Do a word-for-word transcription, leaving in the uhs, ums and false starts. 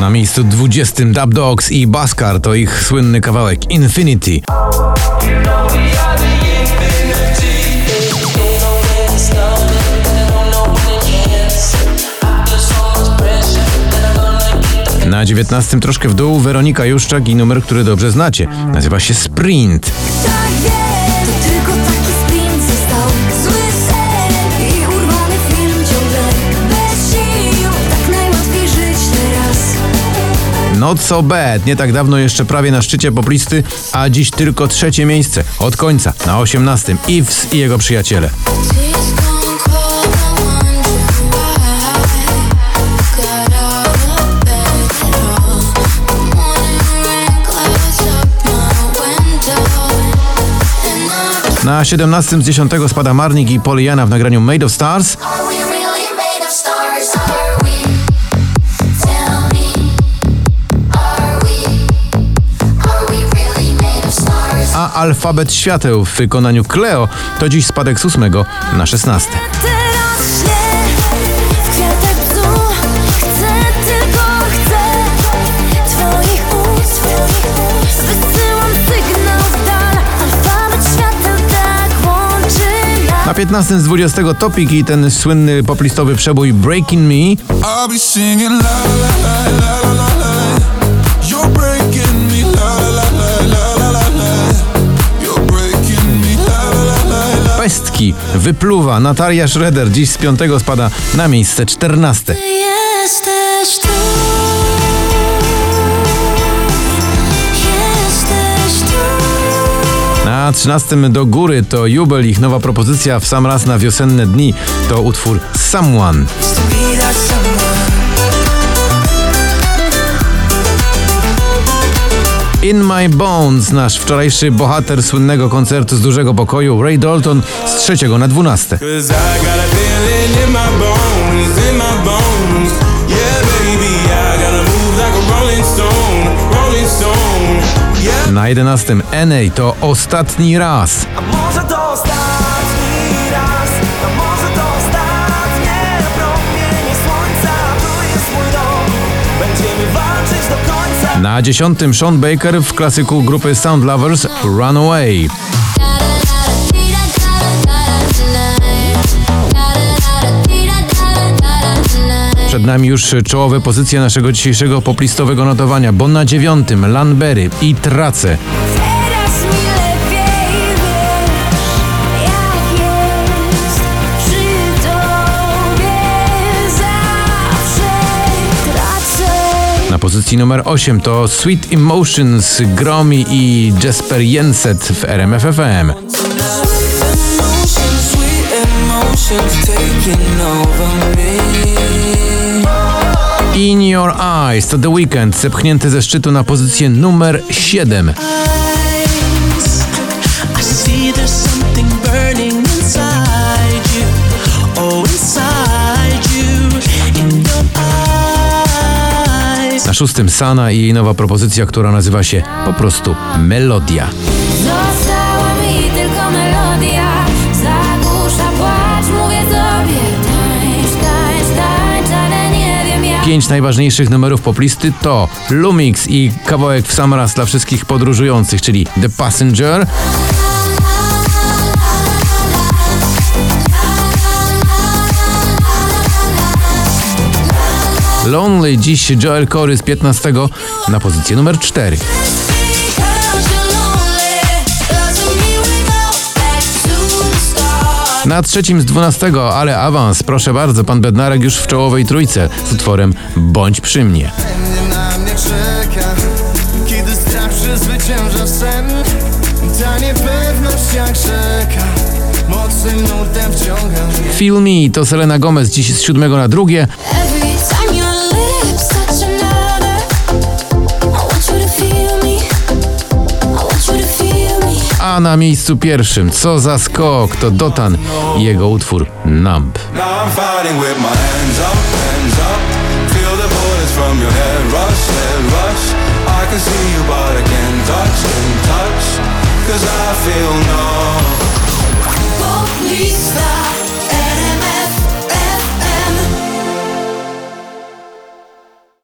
Na miejscu dwudziestym Dub Dogs i Baskar to ich słynny kawałek Infinity. Na dziewiętnastym troszkę w dół Weronika Juszczak i numer, który dobrze znacie. Nazywa się Sprint. Not so bad. Nie tak dawno jeszcze prawie na szczycie poplisty, a dziś tylko trzecie miejsce. Od końca. Na osiemnastym Ives i jego przyjaciele. Na siedemnastym z dziesiątego spada Marnik i Pollyanna w nagraniu Made of Stars. A Alfabet Świateł w wykonaniu Cleo to dziś spadek z ósmego na szesnaste. Na piętnastym z dwudziestego Topik i ten słynny poplistowy przebój Breaking Me. Pestki wypluwa Natalia Schroeder dziś z piątego spada na miejsce czternaste. Jesteś tu. Na trzynastym do góry to Jubel, ich nowa propozycja w sam raz na wiosenne dni to utwór Someone. In My Bones, nasz wczorajszy bohater słynnego koncertu z dużego pokoju, Ray Dalton, z trzeciego na dwunaste. Na jedenastym N A to Ostatni raz. A może to ostatni raz, a może to ostatnie promienie słońca, tu jest mój dom, będziemy walczyć do końca. Na dziesiątym Sean Baker w klasyku grupy Sound Lovers Runaway. Przed nami już czołowe pozycje naszego dzisiejszego poplistowego notowania, bo na dziewiątym Lanbery i Trace. Na pozycji numer osiem to Sweet Emotions, Gromi i Jesper Jenset w R M F F M. In Your Eyes to The Weeknd, zepchnięty ze szczytu na pozycję numer siedem. Na szóstym Sana i jej nowa propozycja, która nazywa się po prostu Melodia. Została mi tylko melodia, zagłusza płacz, mówię tobie, tańcz, tańcz, tańcz, ale nie wiem jak. Pięć najważniejszych numerów poplisty to Lumix i kawałek w sam raz dla wszystkich podróżujących, czyli The Passenger. Lonely, dziś Joel Corey z piętnastego na pozycję numer cztery. Na trzecim z dwunastego, ale awans, proszę bardzo, pan Bednarek już w czołowej trójce z utworem Bądź przy mnie. Na mnie czeka, kiedy strach przezwycięża sen, ta niepewność jak rzeka, mocnym nurtem wciąga mnie. Feel Me to Selena Gomez dziś z siódmego na drugie. A na miejscu pierwszym, co za skok, to Dotan i jego utwór Numb. Poplisty.